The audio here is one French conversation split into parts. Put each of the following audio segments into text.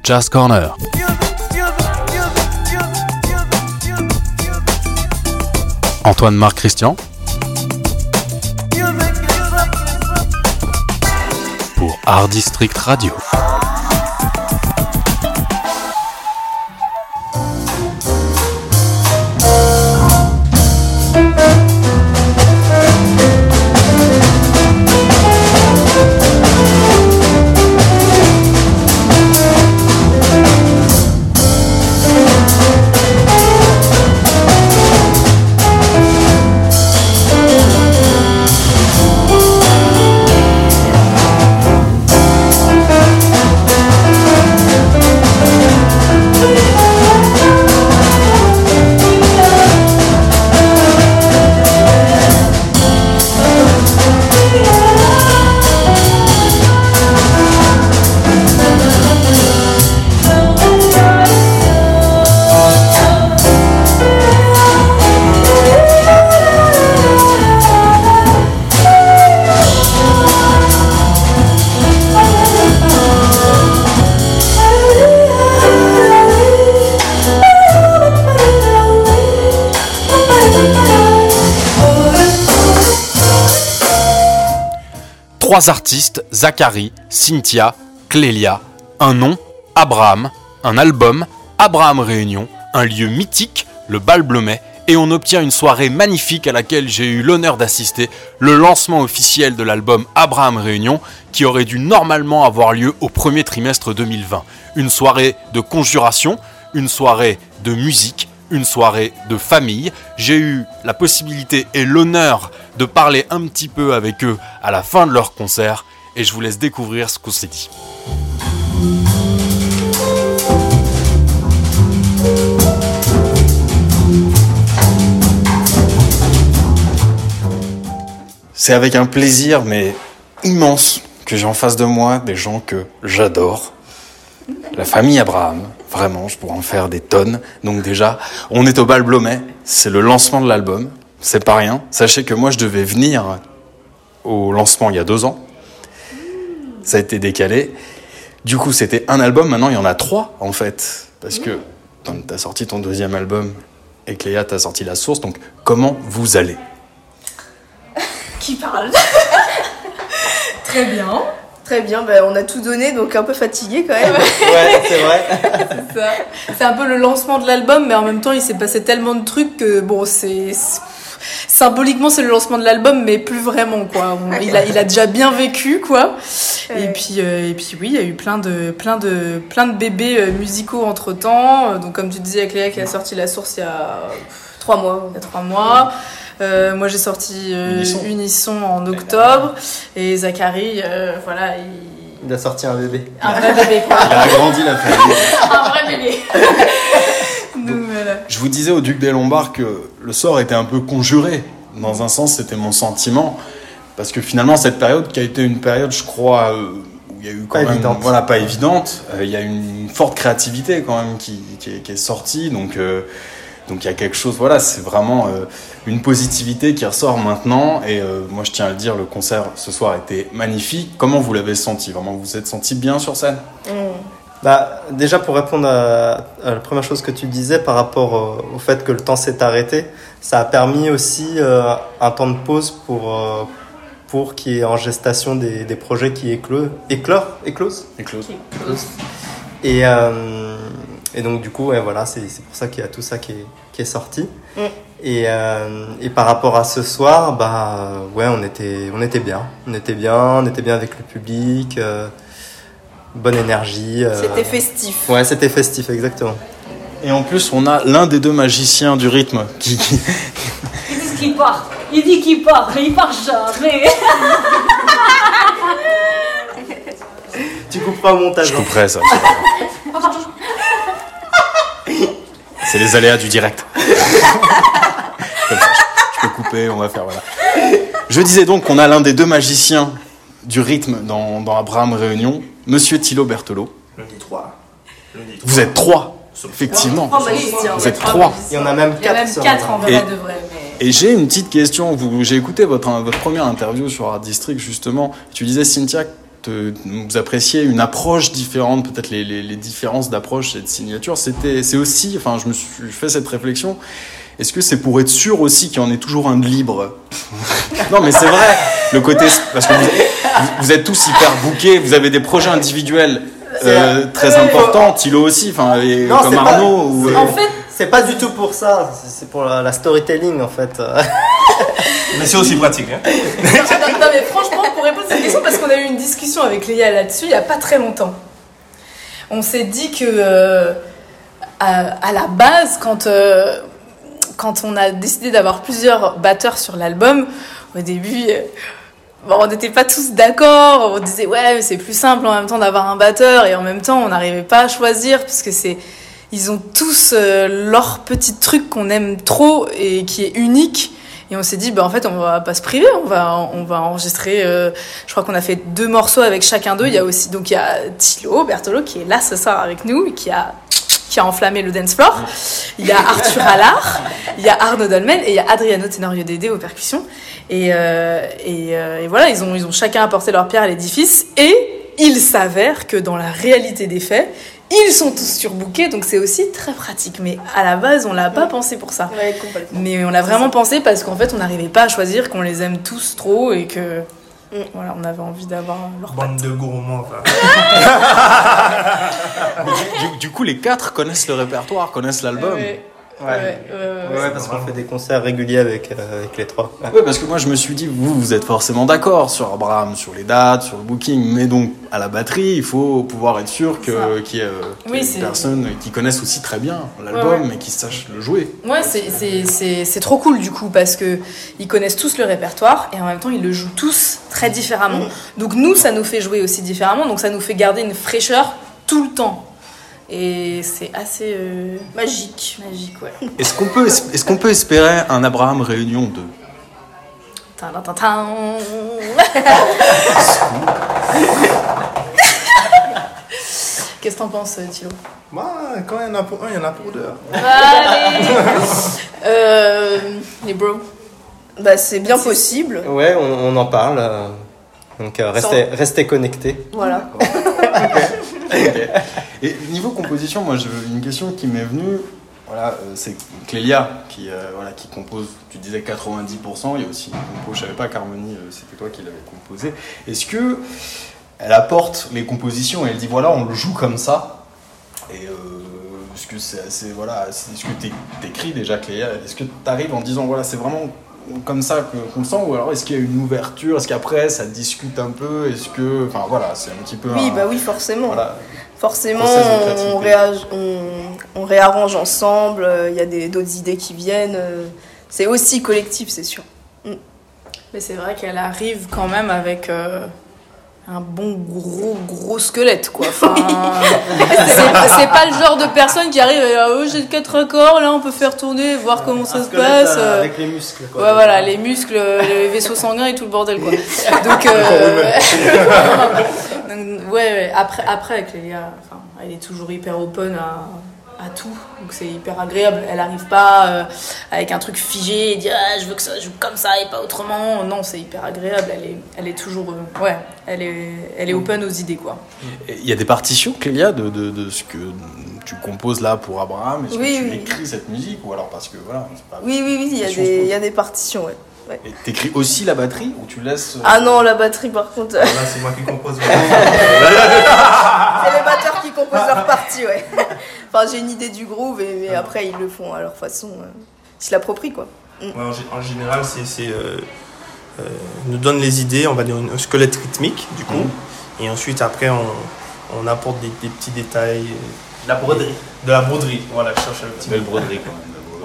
Jazz Corner. Antoine Marc Christian pour Art District Radio. Trois artistes, Zachary, Cynthia, Clélia, un nom, Abraham, un album, Abraham Réunion, un lieu mythique, le Bal Blomet, et on obtient une soirée magnifique à laquelle j'ai eu l'honneur d'assister, le lancement officiel de l'album Abraham Réunion, qui aurait dû normalement avoir lieu au premier trimestre 2020. Une soirée de conjuration, une soirée de musique, une soirée de famille. J'ai eu la possibilité et l'honneur de parler un petit peu avec eux à la fin de leur concert et je vous laisse découvrir ce qu'on s'est dit. C'est avec un plaisir mais immense que j'ai en face de moi des gens que j'adore. La famille Abraham, vraiment, je pourrais en faire des tonnes. Donc déjà, on est au Bal Blomet, c'est le lancement de l'album, c'est pas rien. Sachez que moi, je devais venir au lancement il y a 2 ans. Ça a été décalé. Du coup, c'était un album, maintenant il y en a 3 en fait. Parce que t'as sorti ton 2e album et Cléa, t'as sorti La Source. Donc, comment vous allez ? Qui parle ? Très bien. Très bien, on a tout donné, donc un peu fatigué quand même. Ouais, c'est vrai. C'est ça. C'est un peu le lancement de l'album, mais en même temps, il s'est passé tellement de trucs que, bon, symboliquement, c'est le lancement de l'album, mais plus vraiment, quoi. Il a déjà bien vécu, quoi. Ouais. Et puis oui, il y a eu plein de bébés musicaux entre-temps. Donc, comme tu disais, avec Léa qui a sorti La Source il y a 3 mois. Il y a 3 mois. Moi j'ai sorti Unisson en octobre et Zachary voilà il a sorti un bébé. Un vrai bébé quoi. Il a agrandi la famille. Un vrai bébé. Donc, voilà. Je vous disais au Duc des Lombards que le sort était un peu conjuré. Dans un sens c'était mon sentiment parce que finalement cette période qui a été une période je crois où il y a eu quand même pas évidente, il y a une forte créativité quand même qui est sortie donc il y a quelque chose, voilà, c'est vraiment une positivité qui ressort maintenant. Et moi, je tiens à le dire, le concert ce soir était magnifique. Comment vous l'avez senti ? Vraiment, vous vous êtes senti bien sur scène ? Déjà, pour répondre à la première chose que tu disais par rapport au fait que le temps s'est arrêté, ça a permis aussi un temps de pause pour qu'il y ait en gestation des projets qui éclosent. Et donc du coup, voilà, c'est pour ça qu'il y a tout ça qui est sorti. Et par rapport à ce soir, on était bien. On était bien avec le public, bonne énergie. C'était festif. Ouais, c'était festif, exactement. Et en plus, on a l'un des 2 magiciens du rythme qui... Ils disent qu'il part. Il dit qu'il part, mais il part jamais. Tu couperas au montage. Je couperai ça. C'est les aléas du direct. Comme ça, je peux couper, on va faire, voilà. Je disais donc qu'on a l'un des 2 magiciens du rythme dans Abraham Réunion, Monsieur Thilo Berthelot. L'un des 3. Vous êtes 3, effectivement. Vous êtes 3. Il y en a même 4. Il y a même 4 en vrai de vrai. Et j'ai une petite question. J'ai écouté votre première interview sur Art District, justement. Tu disais, Cynthia, vous appréciez une approche différente, peut-être les différences d'approche et de signature. C'est aussi, enfin, je me suis fait cette réflexion. Est-ce que c'est pour être sûr aussi qu'il y en ait toujours un de libre? Non, mais c'est vrai. Le côté, parce que vous êtes tous hyper bookés, vous avez des projets individuels très importants. Thilo aussi, enfin, Non, comme Arnaud. En fait, c'est pas du tout pour ça. C'est pour la storytelling en fait. Mais c'est aussi pratique. Hein. non, mais franchement, pour répondre à cette question, parce qu'on a eu une discussion avec Léa là-dessus il n'y a pas très longtemps. On s'est dit que à la base, quand on a décidé d'avoir plusieurs batteurs sur l'album, au début, on n'était pas tous d'accord. On disait ouais, c'est plus simple en même temps d'avoir un batteur, et en même temps, on n'arrivait pas à choisir parce que ils ont tous leur petit truc qu'on aime trop et qui est unique. Et on s'est dit, en fait, on va pas se priver, on va enregistrer. Je crois qu'on a fait 2 morceaux avec chacun d'eux. Il y a aussi, donc il y a Thilo Bertolo qui est là ce soir avec nous, qui a enflammé le dance floor. Il y a Arthur Allard, il y a Arnaud Dolmen et il y a Adriano Tenorio Dédé aux percussions. Et voilà, ils ont chacun apporté leur pierre à l'édifice. Et il s'avère que dans la réalité des faits, ils sont tous surbookés, donc c'est aussi très pratique. Mais à la base, on l'a pas pensé pour ça. Ouais, complètement. Mais on l'a vraiment pensé parce qu'en fait, on n'arrivait pas à choisir, qu'on les aime tous trop et que voilà, on avait envie d'avoir leur Bande de gourmands. Du coup, les 4 connaissent le répertoire, connaissent l'album. Ouais, parce qu'on fait des concerts réguliers avec les 3. Ouais, parce que moi je me suis dit, vous êtes forcément d'accord sur Abraham, sur les dates, sur le booking, mais donc à la batterie, il faut pouvoir être sûr qu'il y ait des personnes qui connaissent aussi très bien l'album et qui sachent le jouer. Ouais, c'est trop cool du coup, parce que ils connaissent tous le répertoire et en même temps ils le jouent tous très différemment. Donc nous, ça nous fait jouer aussi différemment, donc ça nous fait garder une fraîcheur tout le temps. Et c'est assez magique, ouais. Est-ce qu'on peut espérer un Abraham Réunion 2? Qu'est-ce que t'en penses, Thilo? Moi, quand il y en a pour un, il y en a pour 2. Allez. Les bros. C'est bien possible. Ouais, on en parle. Donc restez connectés. Voilà. Okay. Et niveau composition, moi j'ai une question qui m'est venue. Voilà, c'est Clélia qui compose. Tu disais 90%. Il y a aussi une compo. Je savais pas qu'Harmonie c'était toi qui l'avais composé. Est-ce que elle apporte les compositions et elle dit voilà, on le joue comme ça? Et est-ce que c'est assez est-ce que t'écris déjà, Clélia? Est-ce que t'arrives en disant voilà, c'est vraiment comme ça qu'on le sent, ou alors est-ce qu'il y a une ouverture, est-ce qu'après ça discute un peu, est-ce que, enfin voilà, c'est un petit peu oui, forcément. Voilà, forcément, on réarrange ensemble, il y a d'autres idées qui viennent, c'est aussi collectif, c'est sûr. Mais c'est vrai qu'elle arrive quand même avec un bon gros squelette, quoi. Enfin, c'est pas le genre de personne qui arrive et j'ai 4 accords, là on peut faire tourner, voir comment ça se passe. Avec les muscles, quoi. Ouais, voilà, les muscles, les vaisseaux sanguins et tout le bordel, quoi. Donc, ouais, après avec Léa, elle est toujours hyper open à tout, donc c'est hyper agréable. Elle arrive pas avec un truc figé et dire je veux que ça joue comme ça et pas autrement. Non, c'est hyper agréable. Elle est toujours elle est open aux idées, quoi. Il y a des partitions, Clélia, de ce que tu composes là pour Abraham. Est-ce que tu écris cette musique, ou alors parce que voilà, c'est pas oui, il y a des partitions, ouais. Et t'écris aussi la batterie, ou tu laisses Ah non, la batterie par contre. Là, c'est moi qui compose. C'est les batteurs qui composent leur partie, ouais. Enfin, j'ai une idée du groove, mais après ils le font à leur façon. Ils se l'approprient, quoi. Ouais, en général, nous donne les idées, on va dire un squelette rythmique, du coup. Et ensuite, après, on apporte des petits détails. De la broderie. De la broderie, voilà, je cherche un petit belle broderie quand même.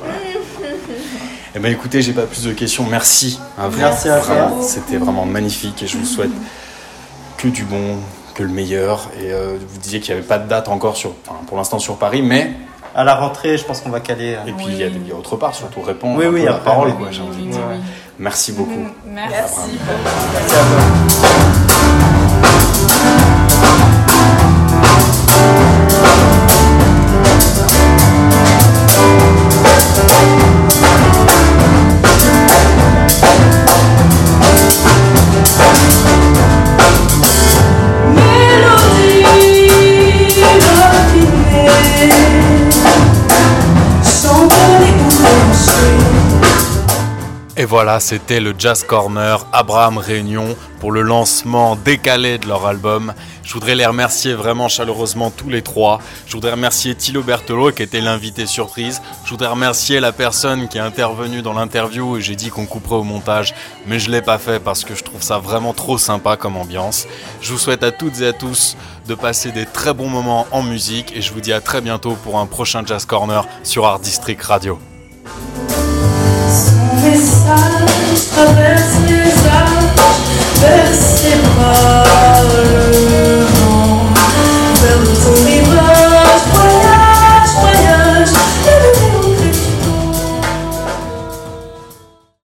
Eh bien écoutez, j'ai pas plus de questions. Merci à vous. Merci à toi. C'était vraiment magnifique et je vous souhaite que du bon, que le meilleur. Et vous disiez qu'il n'y avait pas de date encore pour l'instant sur Paris, mais à la rentrée, je pense qu'on va caler. Et puis il y a autre part, surtout répondre à la parole. Oui. J'ai envie de dire. Merci beaucoup. Merci. Merci à vous. voilà, c'était le Jazz Corner Abraham Réunion pour le lancement décalé de leur album. Je voudrais les remercier vraiment chaleureusement tous les trois. Je voudrais remercier Thilo Berthelot qui était l'invité surprise. Je voudrais remercier la personne qui est intervenue dans l'interview et j'ai dit qu'on couperait au montage, mais je l'ai pas fait parce que je trouve ça vraiment trop sympa comme ambiance. Je vous souhaite à toutes et à tous de passer des très bons moments en musique et je vous dis à très bientôt pour un prochain Jazz Corner sur Art District Radio. Message